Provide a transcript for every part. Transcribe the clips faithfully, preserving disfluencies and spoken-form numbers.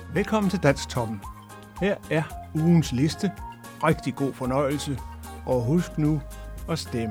Velkommen til Dansktoppen. Her er ugens liste. Rigtig god fornøjelse. Og husk nu at stemme.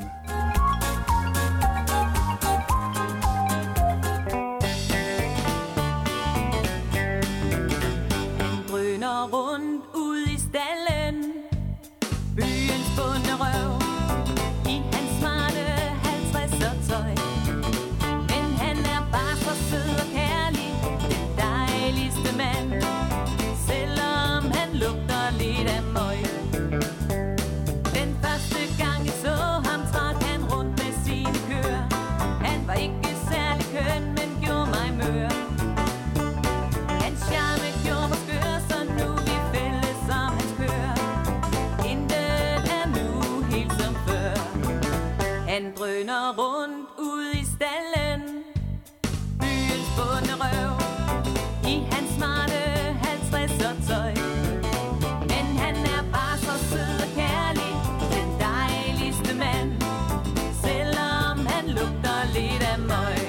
Drøner rundt ud i stallen, byens bonderøv i hans smarte halvtredser-tøj. Men han er bare så sød og kærlig, den dejligste mand, selvom han lugter lidt af møg. Den første gang jeg så ham, trak han rundt med sine køer. Han var ikke særlig køn, men gjorde mig mør. Hans charme gjorde mig skør, så nu vi fælles som hans køer. Intet er nu helt som før. Han drøner rundt ud i stallen, byens bonderøv i hans smarte halvtredser-tøj. Men han er bare så sød og kærlig, den dejligste mand, selvom han lugter lidt af møg.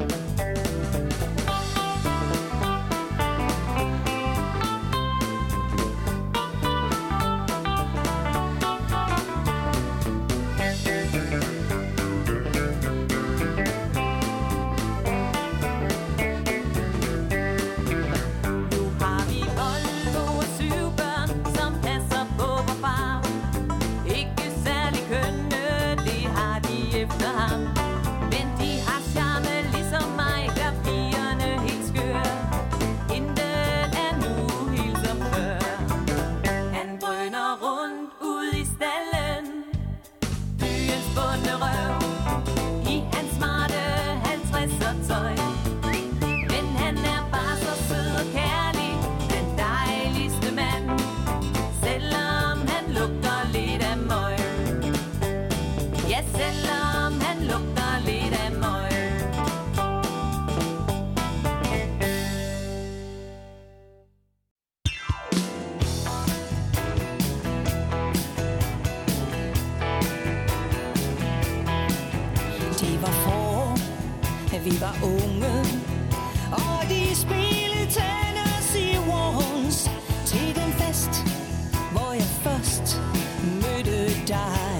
Vi var unge, og de spillede Tennessee Waltz til den fest, hvor jeg først mødte dig.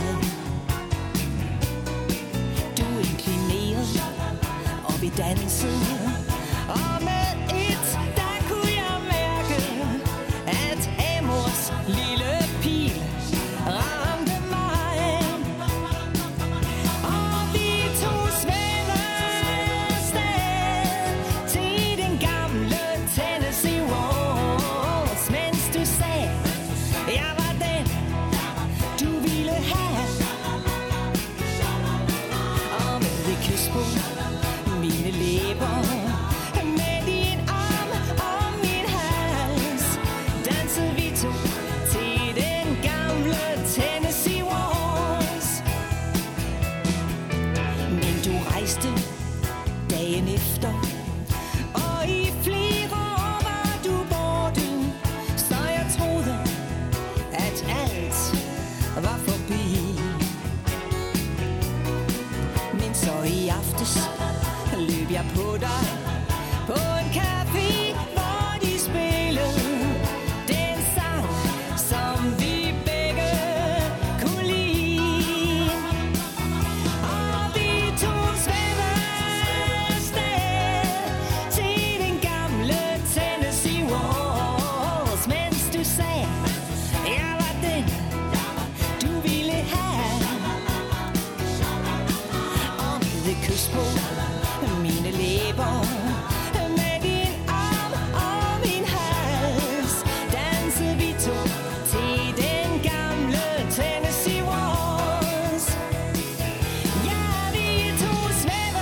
Du inklinerede, og vi dansede, og med et, der kunne jeg mærke, at Amors lille pil ramte mig. Og vi tog Svend til den gamle Tennessee Waltz, mens du sagde, jeg var den, du ville have. Og med et kys på mine læber, med din arm om min hals, dansede vi to til den gamle Tennessee Waltz. Men du rejste dagen efter, og i flere år var du borte, så jeg troede, at alt var forbi. Men så i aftes løb jeg på dig på en café, hvor de spillede den sang, som vi begge kunne lide. Og vi tog Svend til den gamle Tennessee Waltz, mens du sagde, jeg var den, du ville have. Og med et kys på mine læber, med din arm om min hals, dansede vi to til den gamle Tennessee Waltz. Ja, vi tog Svend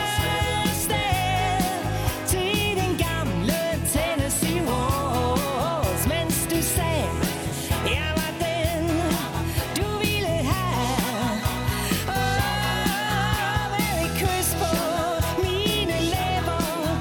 til den gamle Tennessee Waltz, mens du sagde, jeg var den, du ville have. Og med et kys på mine læber,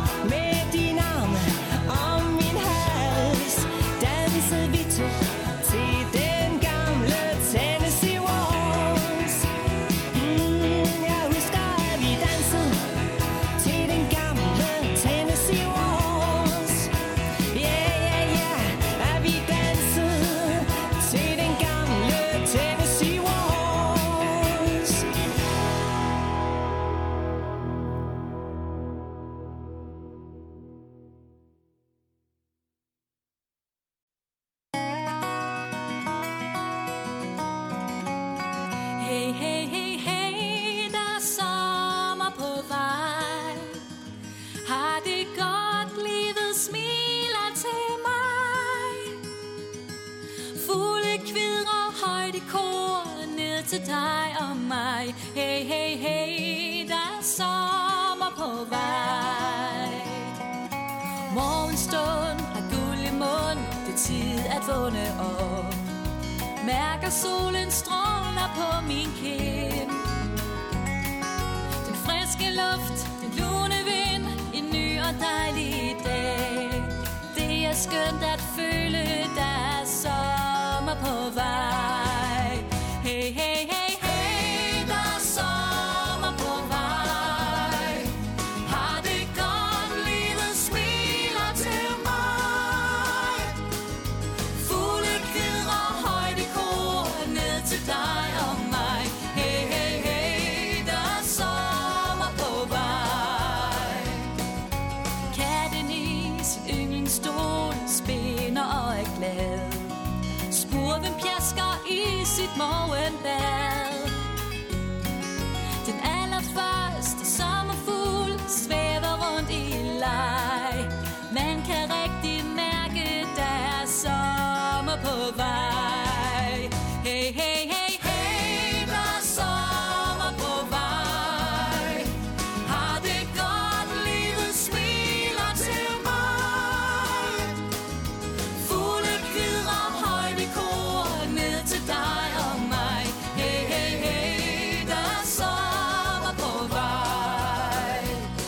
dig og mig. Hey, hey, hey, der er sommer på vej. Morgenstund har guld i mund, det er tid at vågne op. Mærker solen stråler på min kind. Den friske luft, den lune vind, en ny og dejlig dag. Det er skønt at føle, der er sommer på vej. Hey, hey, hey, hey, der er sommer på vej. Har det godt, livet smiler til mig. Fugle kvidrer højt i kor, ned til dig og mig. Hey, hey, hey, der er sommer på vej. Katten i sin yndlingsstol spænder og er glad. Spurven pjasker i sit morgenbad. Den allerførste sommerfugl svæver rundt i leg. Man kan rigtig mærke, der er sommer på vej. Hey, hey, hey, hey, der er sommer på vej. Har det godt, livet smiler til mig. Fugle kvidrer højt i kor, ned til dig og mig. Hey, hey, hey, der er sommer på vej.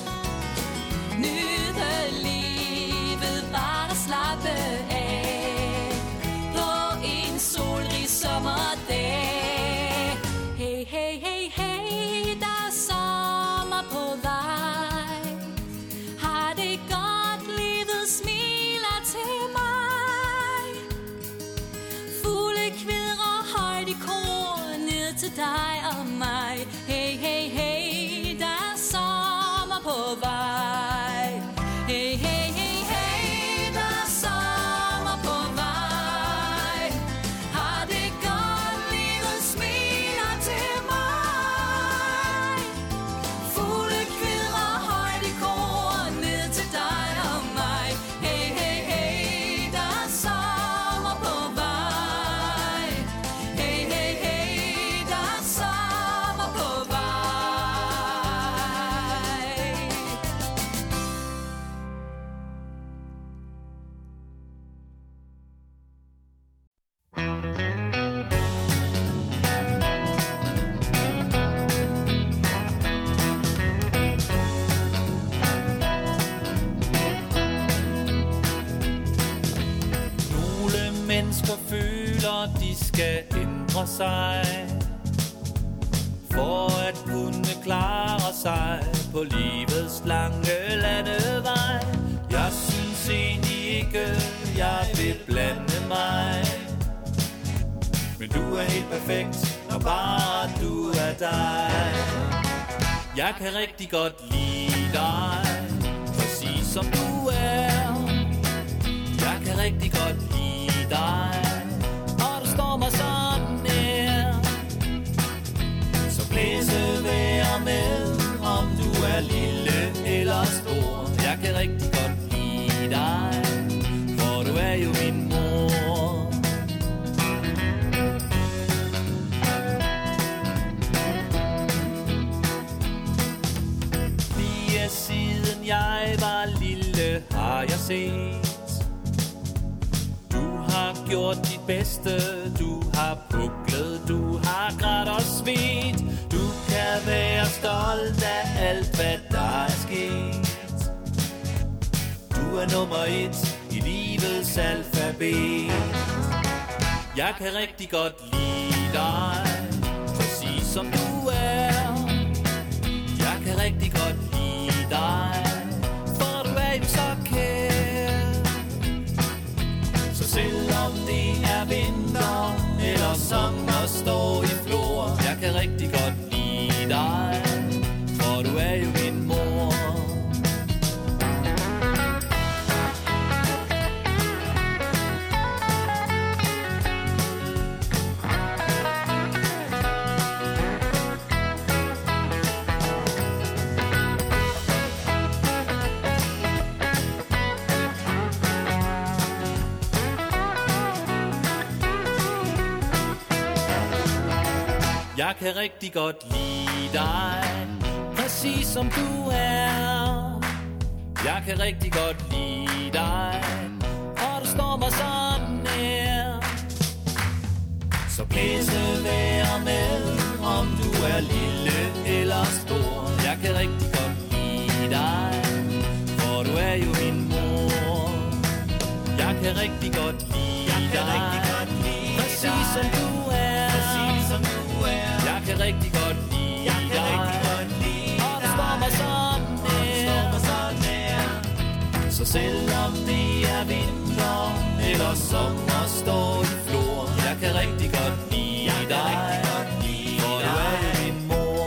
Nyde livet, bare slappe af på en solrig sommerdag. Hey, hey, hey, hey, der er sommer på vej. Har det godt, livet smiler til mig. Fugle kvidrer højt i kor, ned til dig og mig. Hey, hey, hey, der er sommer på vej. Hey, hey, hey, hey, der er sommer på vej. Har det godt, livet smiler til mig. Fugle kvidrer højt i kor, ned til dig og mig. Hey, hey, hey, der er sommer på vej. Hey, hey, hey, der er sommer på vej. Nogle mennesker føler, de skal ændre sig for at kunne klare sig på livets lange landevej. Jeg synes egentlig ikke, jeg vil blande mig, men du er helt perfekt, når bare du er dig. Jeg kan rigtig godt lide dig, præcis som du er. Jeg kan rigtig godt lide dig, og du står mig sådan nær. Så blæse vejr med, om du er lille eller stor. Jeg kan rigtig godt lide dig, for du er jo min mor. Lige siden jeg var lille, har jeg set. Du har gjort dit bedste, du har puklet, du har grædt og svedt. Du kan være stolt af alt, hvad der er sket. Du er nummer et i livets alfabet. Jeg kan rigtig godt lide dig, præcis som du er. Jeg kan rigtig godt lide dig, for du er jo så kær. Så selvom det er vinter eller sommer står i flor, jeg kan rigtig godt lide dig, for du er jo min mor. Jeg kan rigtig godt lide dig, præcis som du er. Jeg kan rigtig godt lide dig, og du står mig sådan nær. Så blæse vejr med, om du er lille eller stor. Jeg kan rigtig godt lide dig, for du er jo min mor. Jeg kan rigtig godt lide dig, præcis som du er. Jeg kan rigtig godt lide dig, og du står mig sådan nær. Så selvom det er vinter eller sommer står i flor, jeg kan rigtig godt lide dig, for du er jo min mor.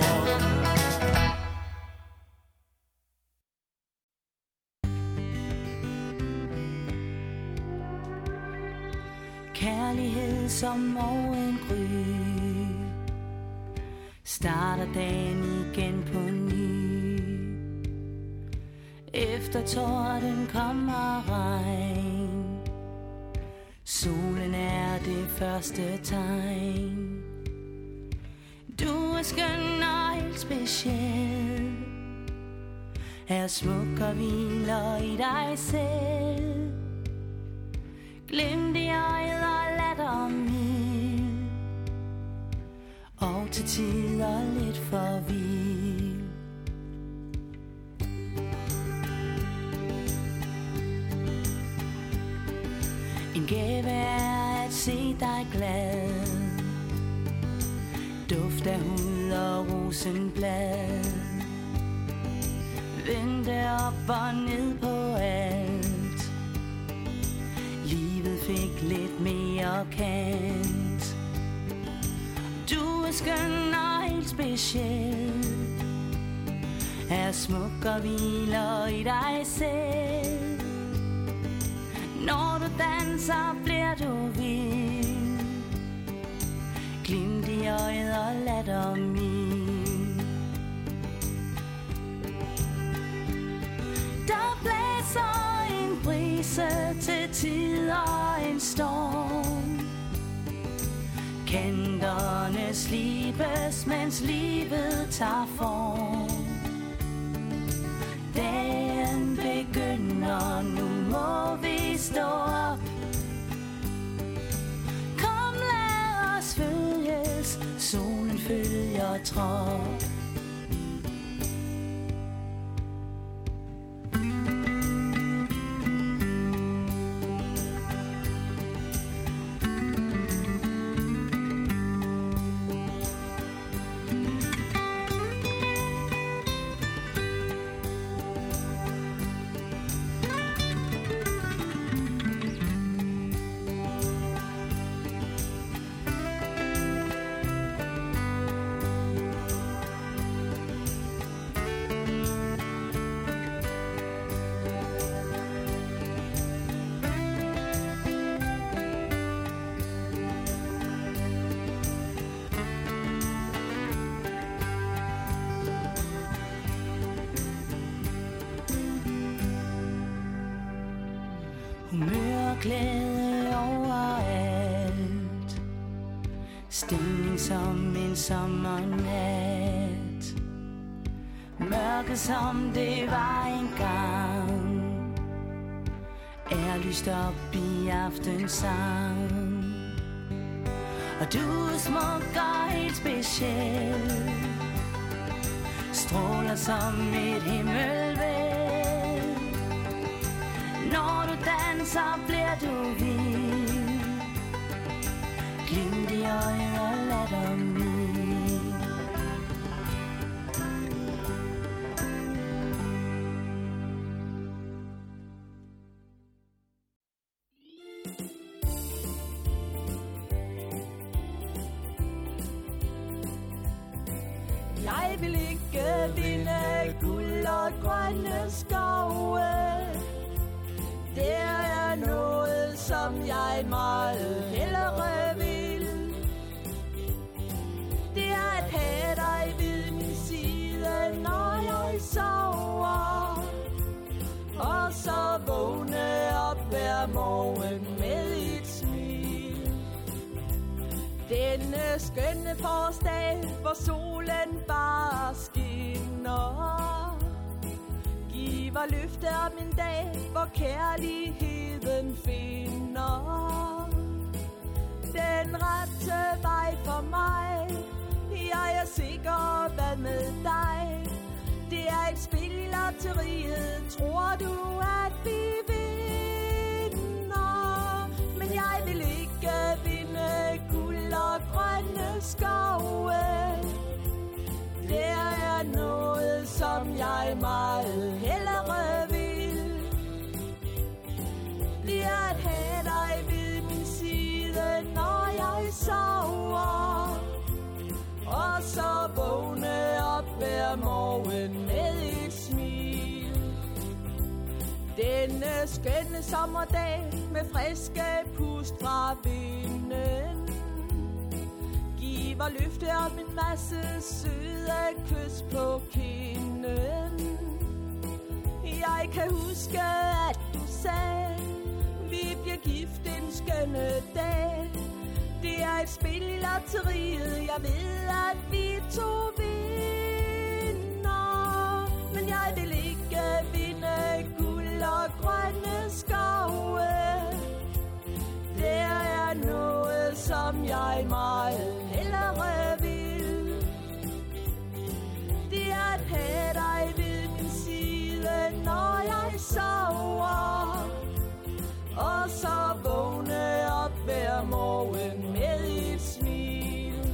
Kærlighed som morgengry, starter dagen igen på ny. Efter torden kommer regn, solen er det første tegn. Du er skøn og helt speciel, er smuk og hviler i dig selv. Glimt i øjet og latter mild, og til tider lidt for vild. En gave er at se dig glad, duft af hud og rosenblad. Vente op og ned på alt, livet fik lidt mere kant. Du er skøn og helt speciel, er smuk og hviler i dig selv. Når du danser, bliver du vild, glimt i øjet og latter mild. Der blæser en brise, til tider en storm. Kanterne slibes, mens livet tager form. Dagen begynder, nu må vi stå op. Kom, lad os følges, solen følger trop. Humør, glæde overalt, stemning som en sommernat. Mørke som det var engang, er lyst op i aftensang. Og du er smuk og helt speciel, stråler som et himmelvæld. Når du danser, bliver du vild, glimt i øjet og latter mild. Jeg vil ikke vinde guld og grønne skove. Det er noget, som jeg meget hellere vil. Det er at have dig ved min side, når jeg sover. Og så vågne op hver morgen med et smil. Denne skønne forårsdag, hvor solen bare skinner, giver løfte om en dag, hvor kærligheden finder den rette vej for mig. Jeg er sikker, hvad med dig? Det er et spil i lotteriet. Tror du, at vi vinder? Men jeg vil ikke vinde guld og grønne skove. Der er noget, som jeg meget hellere vil. Det er at have dig ved min side, når jeg sover, og så vågne op hver morgen med et smil. Denne skønne sommerdag med friske pust fra vinden giver løfte om en masse søde kys på kinden. Jeg kan huske, at du sagde, vi bliver gift en skønne dag. Det er et spil i lotteriet. Jeg ved, at vi to vinder, men jeg vil ikke vinde guld og grønne skove. Der er noget, som jeg meget hellere vil. Det er at have dig ved min side, når jeg sover, og så vågne op hver morgen med et smil.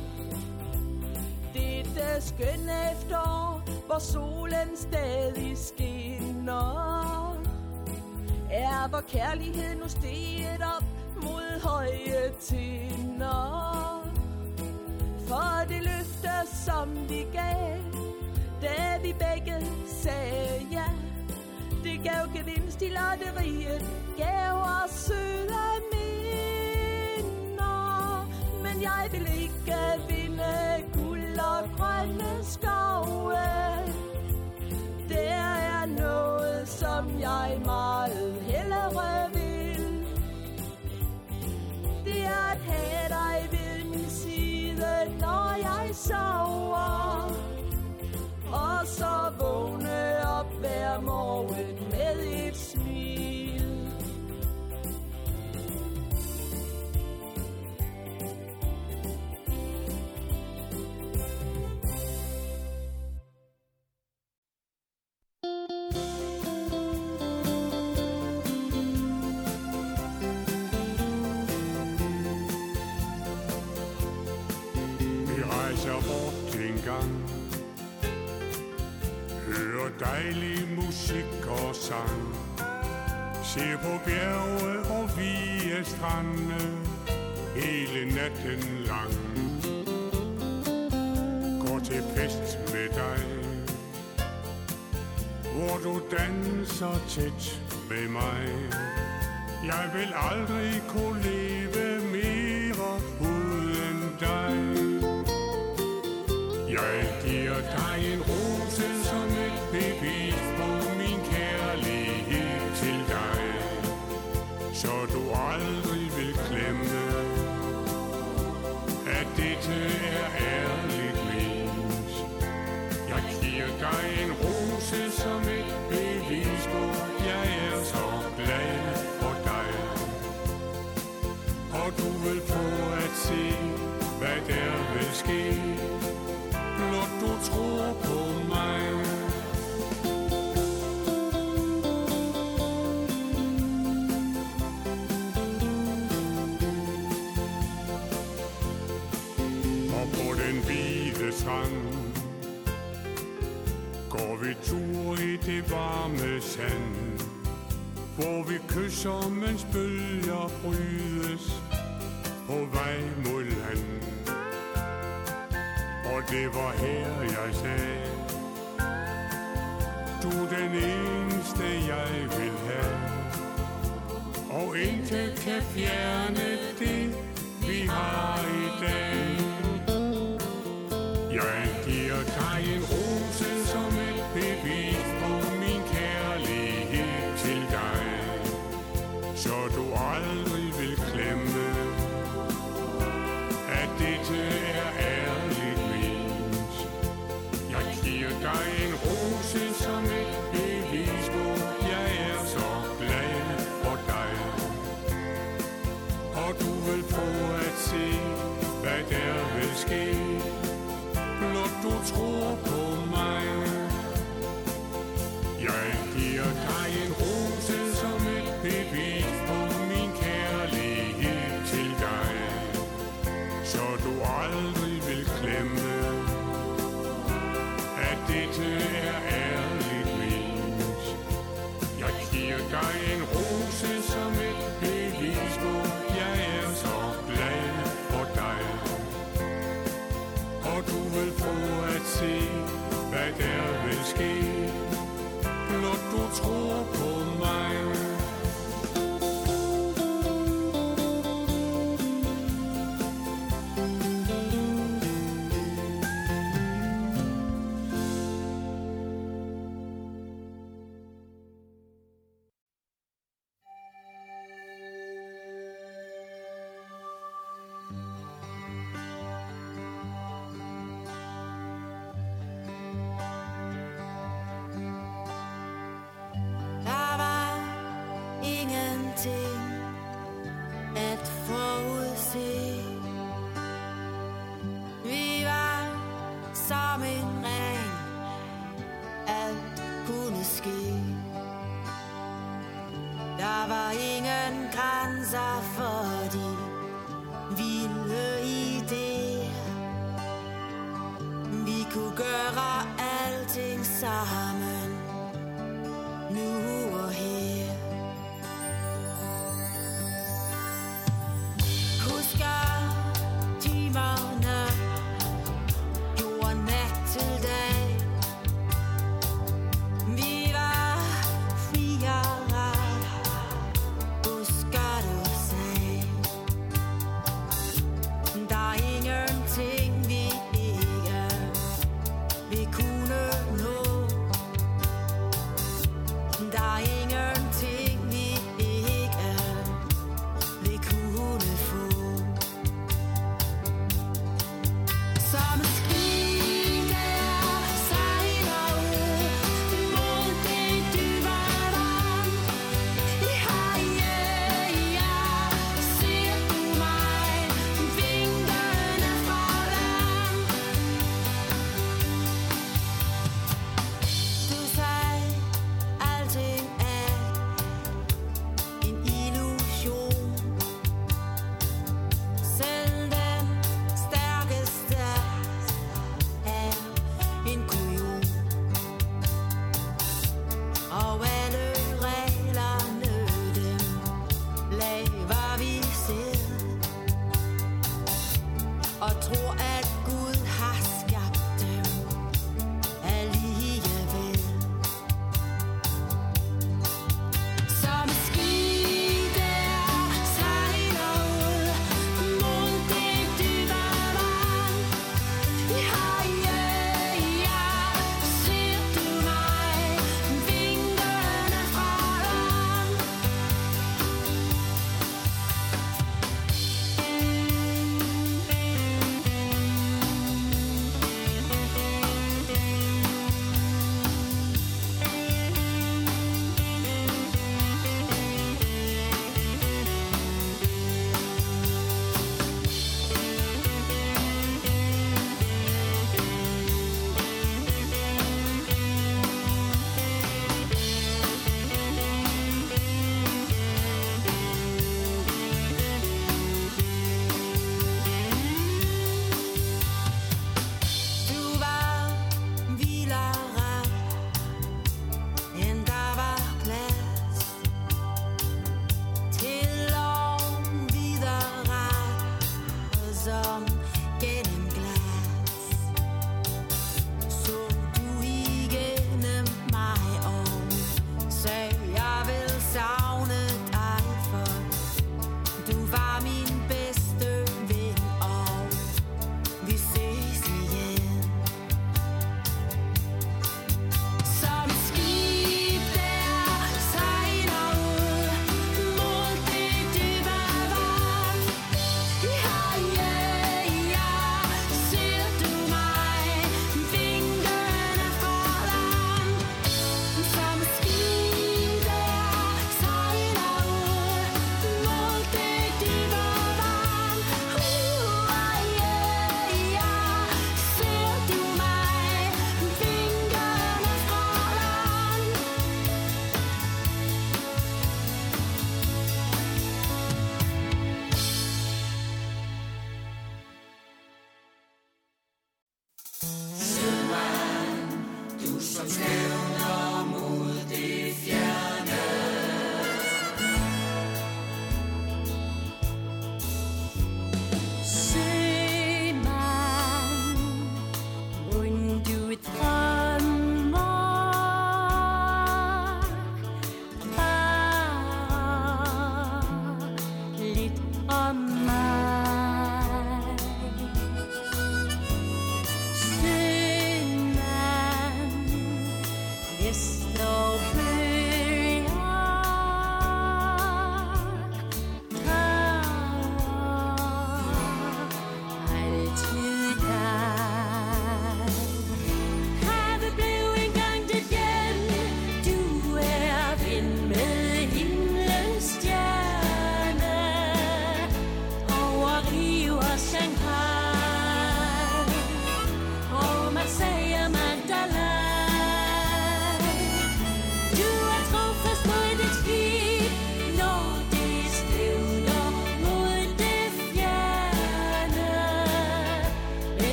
Dette skønne efterår, hvor solen stadig skinner, er vor kærlighed nu steget op mod høje tinder. For det løfte, som vi gav, da vi begge sagde ja, det gav gevinst i lotteriet, gav os søde minder. Men jeg vil ikke vinde guld og grønne skove. Der er noget, som jeg meget hellere vil. Det er at have dig ved min side, når jeg sover, og så vågne op hver morgen med et smil. Vi rejser bort en gang, hører dejlig musik og sang, ser på bjerge og vige strande hele natten lang. Går til fest med dig, hvor du danser tæt med mig. Jeg vil aldrig kunne leve mere uden dig. Jeg giver dig en rose som et bevis på min kærlighed til dig, så du aldrig vil glemme, at dette er ærligt ment. Jeg giver dig en rose som et bevis på, jeg er så glad for dig. Og du vil få at se, hvad der vil ske, når du tror på mig. Og på den hvide strand går vi tur i det varme sand, hvor vi kysser, mens bølger brydes på vej mod land. Og det var her, jeg sagde, du er den eneste, jeg vil have, og intet kan fjerne det, vi har i dag. Jeg giver dig en rose som et bevis på min kærlighed til dig, så du aldrig vil glemme, at dette er dig en rose som et bevis på, jeg er så glad for dig. Og du vil få at se, hvad der vil ske, blot du tror på mig. Ingenting vi ikke vil kunne nå.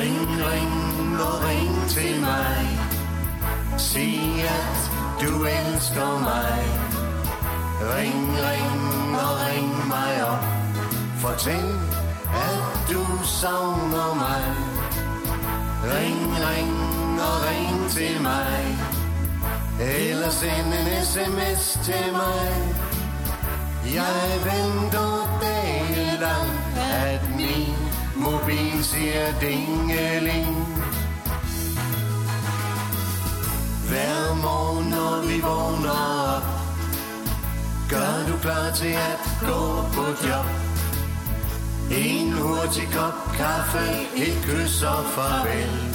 Ring, ring og ring til mig. Sig, at du elsker mig. Ring, ring og ring mig op. Fortæl, at du savner mig. Ring, ring og ring til mig. Eller send en sms til mig. Jeg venter dagen lang, at min mobil siger dingeling. Hver morgen, når vi vågner op, gør du klar til at gå på job. En hurtig kop kaffe, et kys og farvel.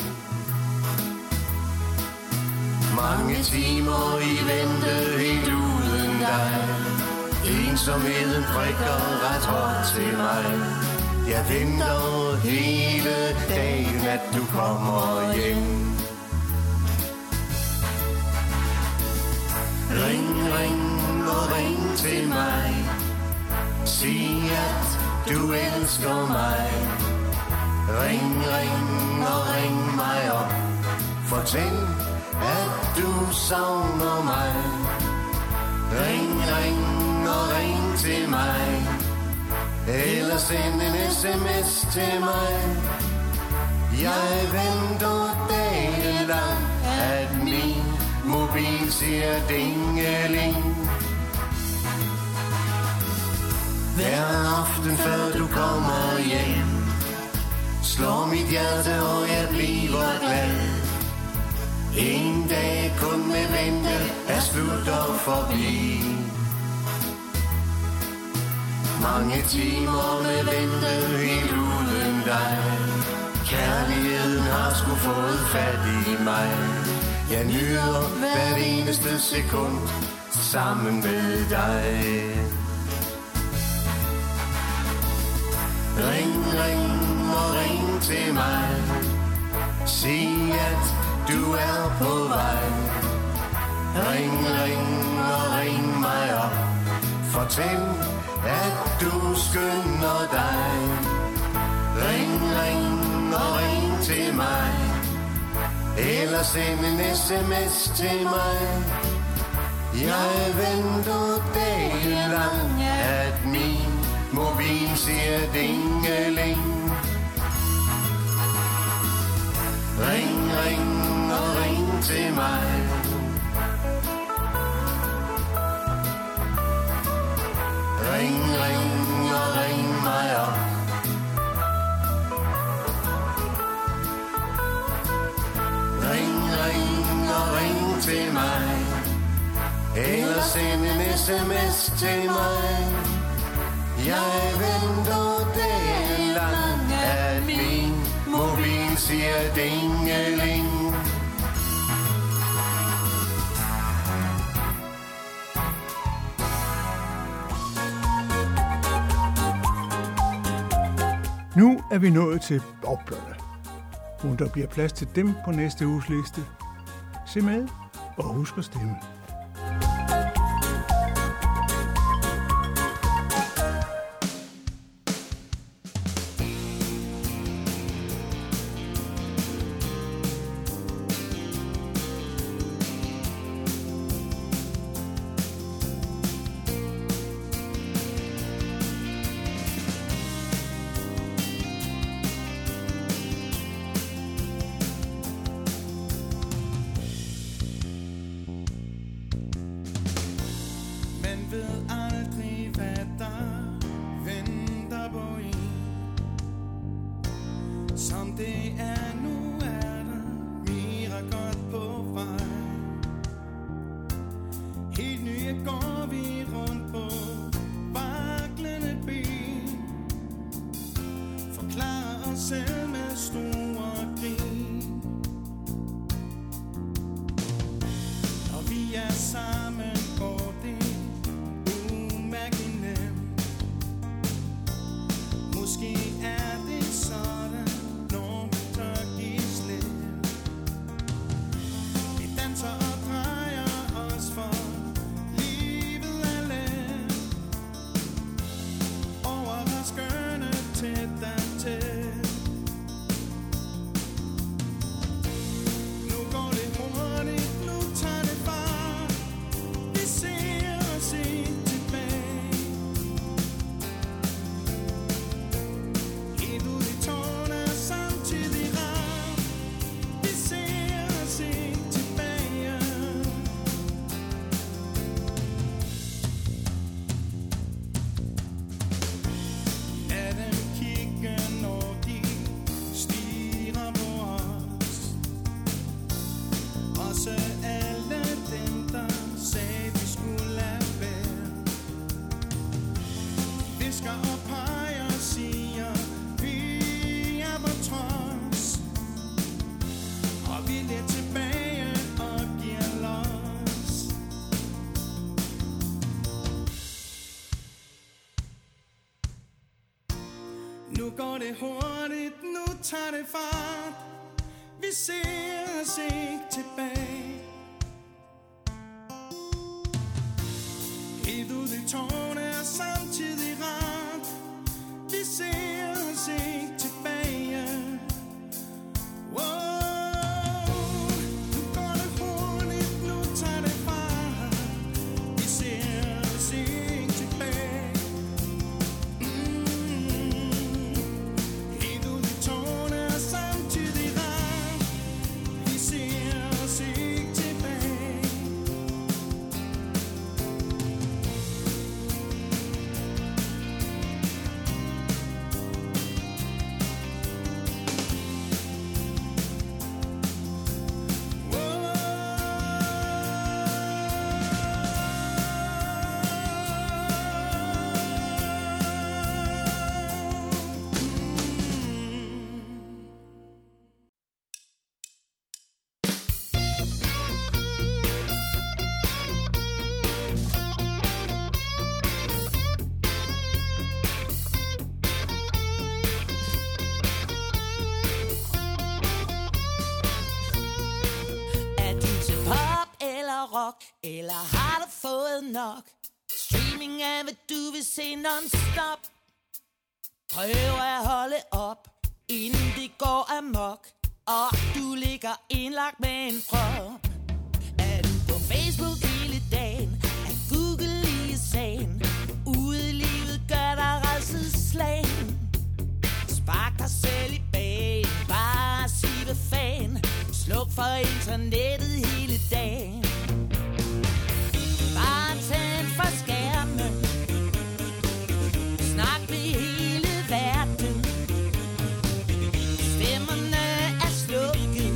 Mange timer i vente helt uden dig. Ensomheden prikker ret hårdt til mig. Jeg venter hele dagen, at du kommer hjem. Ring, ring og ring til mig. Sig, at du elsker mig. Ring, ring og ring mig op. Fortæl, at du savner mig. Ring, ring og ring til mig. Eller send en sms til mig. Jeg venter dagen lang, at min mobil siger dingeling. Hver aften før du kommer hjem, slår mit hjerte, og jeg bliver glad. En dag kun med vente er slut og forbi. Mange timer med vente helt uden dig. Kærligheden har sgu fået fat i mig. Jeg nyder hvert eneste sekund sammen med dig. Ring, ring og ring til mig. Sig, at du er på vej. Ring, ring og ring mig op. Fortæl, at du skynder dig. Ring, ring og ring til mig. Eller send en sms til mig. Jeg venter dagen lang, at min mobil siger dingeling. Ring, ring og ring til mig. Ring, ring og ring mig op. Ring, ring og ring til mig. Eller send en sms til mig. Jeg venter dagen lang, at min mobil siger dingeling. Nu er vi nået til boblerne. Mon der bliver plads til dem på næste uges liste. Se med og husk at stemme. Nu går det hurtigt, nu tager det fart. Vi ser os ikke tilbage. Helt ud i tårne er samtidig rart. Vi ser os ikke tilbage. Wow, nu går det hurtigt, nu tager det fart. Vi ser os ikke tilbage. Mm. Helt ud i tårne er samtidig rart. Vi ser os ikke tilbage. Er du til pop eller rock, eller har du fået nok? Streaming er, hvad du vil se non-stop. Prøv at holde op, inden det går amok, og du ligger indlagt med en prop. Er du på Facebook hele dagen, er Google lige sagen, ude i livet gør dig rædselsslagen. Spark dig selv i bagen, bare sig hvad fan. Sluk for internettet hele dagen. Bare tænd for skærmen. Snak med hele verden. Stemmerne er slukket.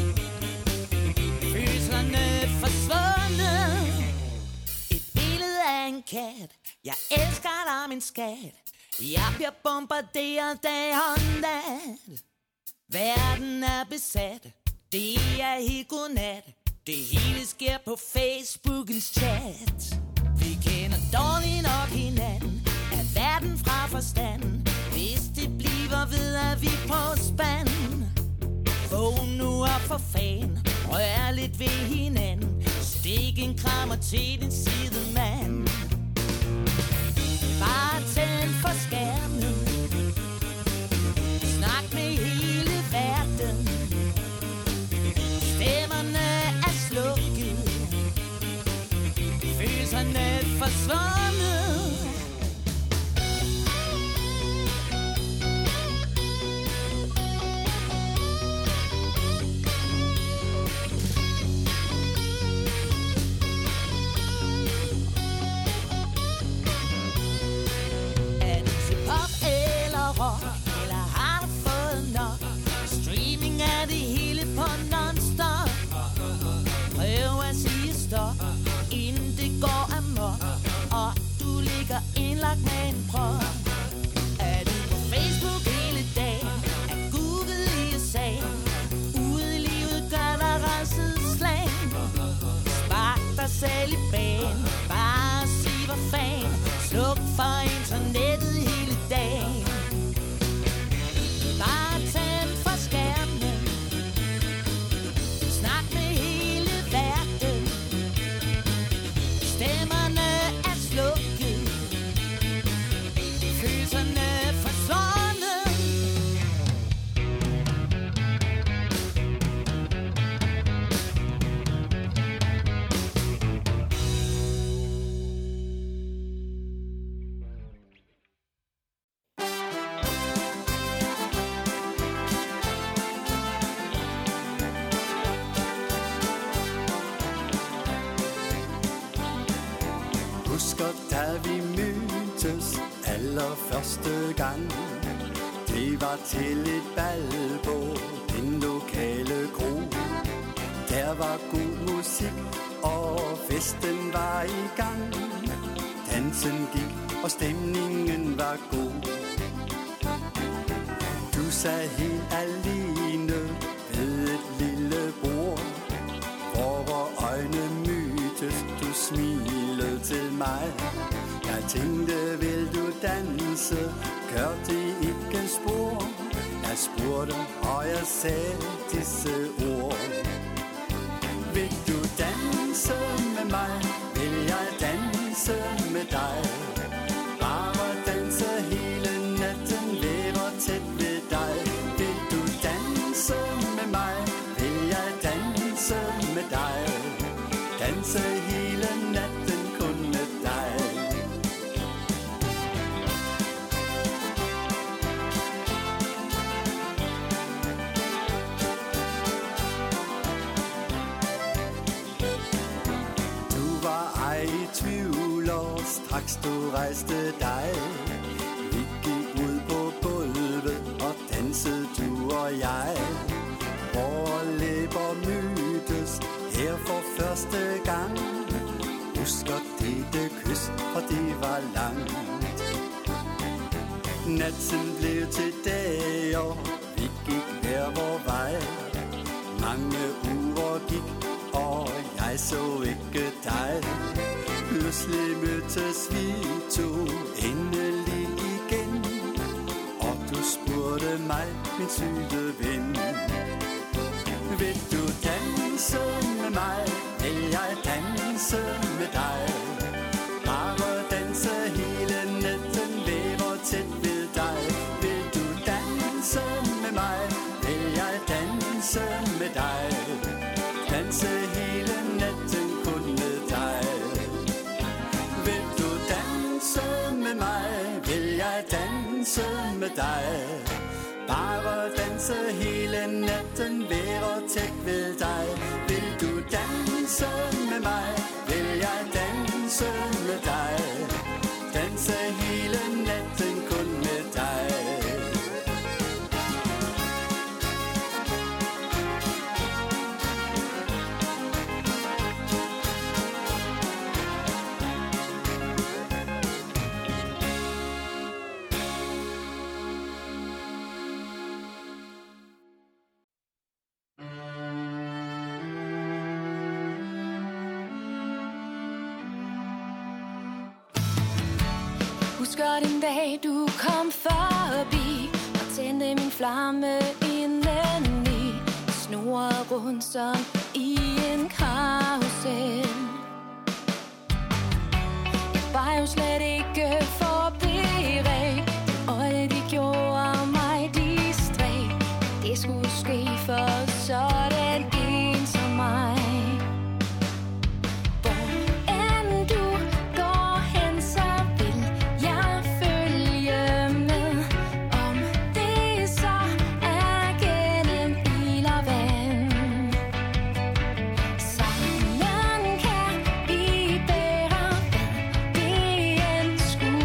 Følelserne forsvundet. Et billede af en kat. Jeg elsker dig, min skat. Jeg bliver bombarderet dag og nat. Verden er besat. Det er helt godnat. Det hele sker på Facebookens chat. Vi kender dårligt nok hinanden. Er verden fra forstanden? Hvis det bliver ved, er vi på spanden. Vågn nu op for fan. Rør lidt ved hinanden. Stik en krammer til din sidemand. Bare tænd for skærmen. Snak med hele verden. Stemmerne er slukket. Følelserne forsvundet. Er du til pop eller rock, eller har du fået nok? Streaming er det hele på non-stop. Prøv at sige stop, inden det går amok, og du ligger indlagt med en prop. Er du på Facebook hele dagen, er Google lige sagen, ude i livet gør dig rædselsslagen. Spark dig selv i bagen, bare sig hvad fan. Sluk for internettet hele dagen. Bare tænd for skærmen. Snak med hele verden. Stemmerne er slukket. Følelserne forsvundet. Husker, da vi mødtes allerførste gang. Det var til et bal på den lokale kro. Der var god musik, og festen var i gang. Dansen gik, og stemningen var god. Du sad helt alene ved et lille bord, hvor vore øjne mødtes. Du smilede til mig. Jeg tænkte, vil du danse? Gør det ikke spurgte, og jeg sagde disse ord. Vil du danse med mig? Vil jeg danse med dig? Bare danse hele natten, lever tæt ved dig. Vil du danse med mig? Vil jeg danse med dig? Danse hele natten kun med dig. Du var ej i tvivl, og straks du rejste dig. Vi gik ud på gulvet, og dansede du og jeg. Vore læber mødtes her for første gang. Husker dette kys, for det var langt. Natten blev til dag, og vi gik hver vor vej. Mange uger gik, og jeg så ikke dig. Pludselig mødtes vi to endelig igen, og du spurgte mig, min syge ven. Vil du danse med mig? Vil jeg danse med dig? Bare danse hele natten, lever tæt ved dig. Vil du danse med mig? Vil jeg danse med dig? Danse hele natten kun med dig. Vil du danse med mig? Vil jeg danse med dig? Bare danse hele natten, være tæt ved dig. Vil du danse med mig? Vil jeg danse med dig? Danse hele natten kun med dig. Husker den dag du kom forbi og tændte min flamme indeni. Snurrede rundt som i en karusel. Jeg var jo slet ikke forberedt. Øje de gjorde mig distræt. Det skulle ske for sådan en som mig. Skulle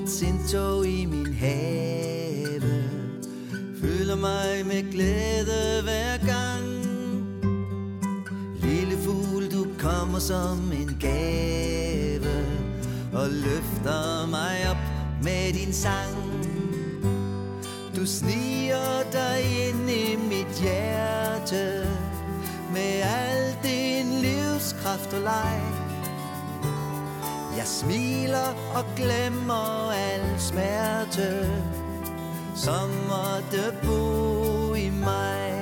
Rio Tinto i min have. Føler mig med glæde hver gang. Lille fugl, du kommer som en gave og løfter mig op med din sang. Du sniger dig ind i mit hjerte med al din livskraft og leg. Jeg smiler og glemmer al smerte, som måtte bo i mig.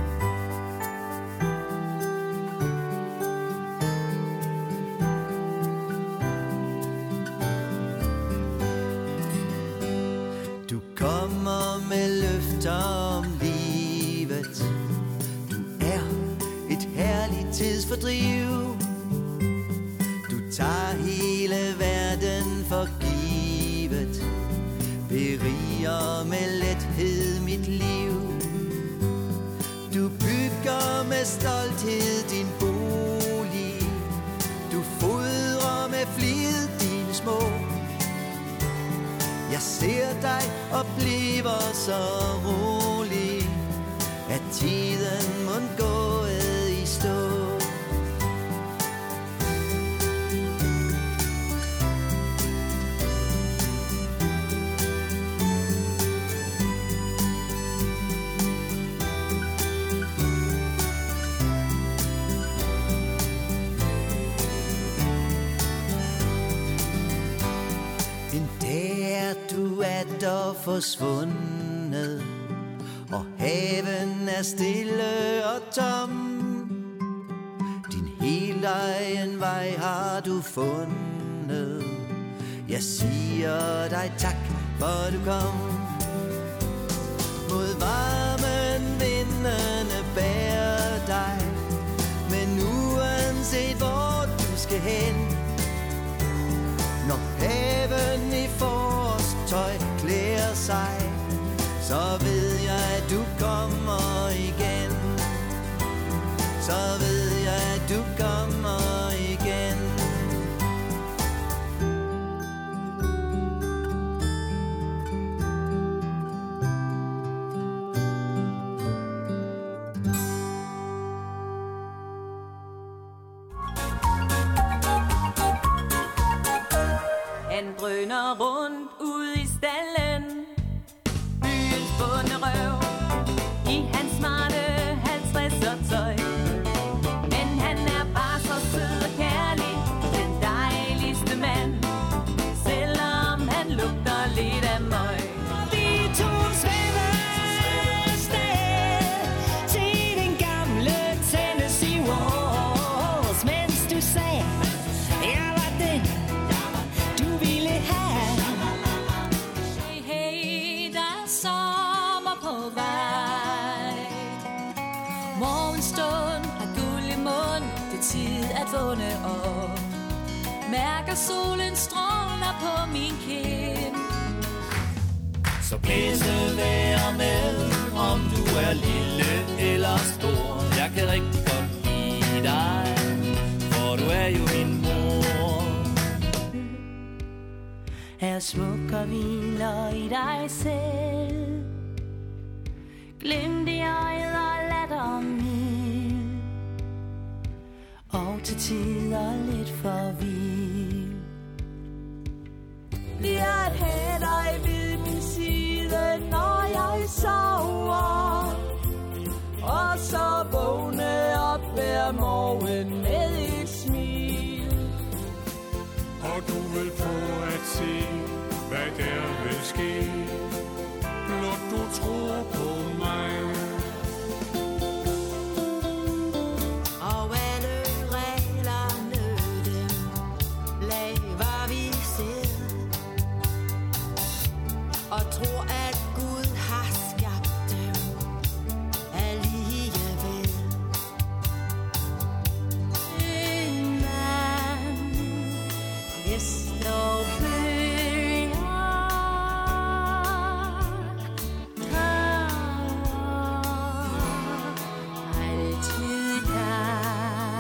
Du kommer med løfter om livet. Du er et herligt tidsfordriv. Du tager hele verden for givet, beriger med lethed mit liv. Du bygger med stolthed din bolig. Du fodrer med flid dine små. Jeg ser dig og bliver så rolig, at tiden må gå i stå. Og forsvundet, og haven er stille og tom. Din helt egen vej har du fundet. Jeg siger dig tak, for du kom. Mod varmen vindene bærer dig, men uanset hvor du skal hen, når haven i forårstøj klæder sig, så ved jeg, at du kommer igen. Så ved jeg, at du kommer igen. Han drøner rundt ud i stallen, byens bonderøv, i hans smarte halvtredser-tøj. Men han er bare så sød og kærlig, den dejligste mand, selvom han lugter lidt af møg. Vi to svæver afsted til den gamle Tennessee Walls, mens du sagde, jeg var den, du ville have. Hey, hey, der er sommer på vej. Morgenstund har guld i mund, det er tid at vågne op. Mærker solen stråler på min kind. Så blæse vejr med, om du er lille eller stor. Jeg kan rigtig godt lide dig, for du er jo min mor. Er smuk og hviler i dig selv, glimt i øjet og latter mild, og til tider lidt for vild. Bliver at have dig ved min side, når jeg sover, og så vågne op hver morgen med et smil. Og du vil få at se, hvad der vil ske, når du tror på mig. Og alle reglerne, dem laver vi selv, og tror at Gud har skabt dem alligevel. En mand, hvis dog følger, altid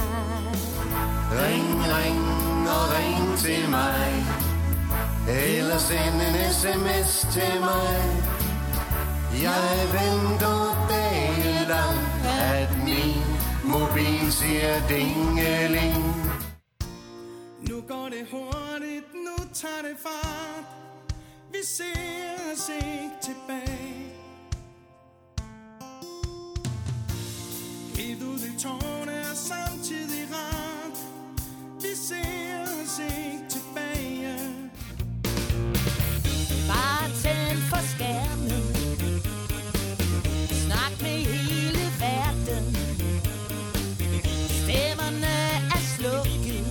dig. Ring, ring og ring til mig, eller eller send en sms til mig. Jeg venter dagen lang, at min mobil siger dingeling. Nu går det hurtigt, nu tager det fart. Vi ser os ikke tilbage. Helt ud i tårne er samtidig rart. Vi ser os ikke tilbage. Bare tænd for skærmen. Snak med hele verden. Stemmerne er slukket.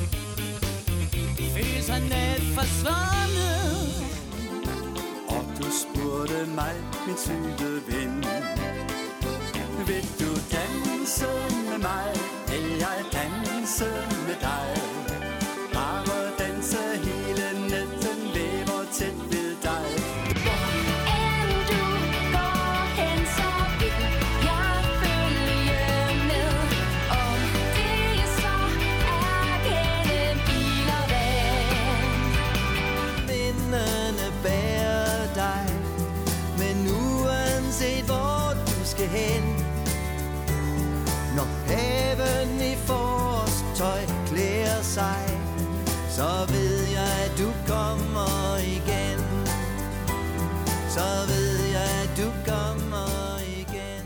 Følelserne forsvundet. Og du spurgte mig, min syge ven, vil du danse med mig? Vil jeg danse med dig? Bare danse hele natten, lever tæt ved dig. End du går hen, så vil jeg følge med. Om det så er gennem bil og vand. Vinderne bærer dig, men uanset hvor du skal hen. Når haven i forårstøj klæder sig, så ved jeg, at du kommer igen. Så ved jeg, at du kommer igen.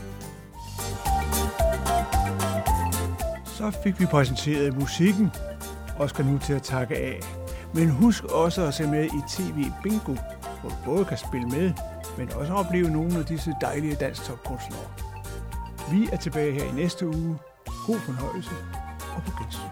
Så fik vi præsenteret musikken og skal nu til at takke af. Men husk også at se med i T V Bingo, hvor du både kan spille med, men også opleve nogle af disse dejlige dansktopkunstnere. Vi er tilbage her i næste uge. God fornøjelse og på gense.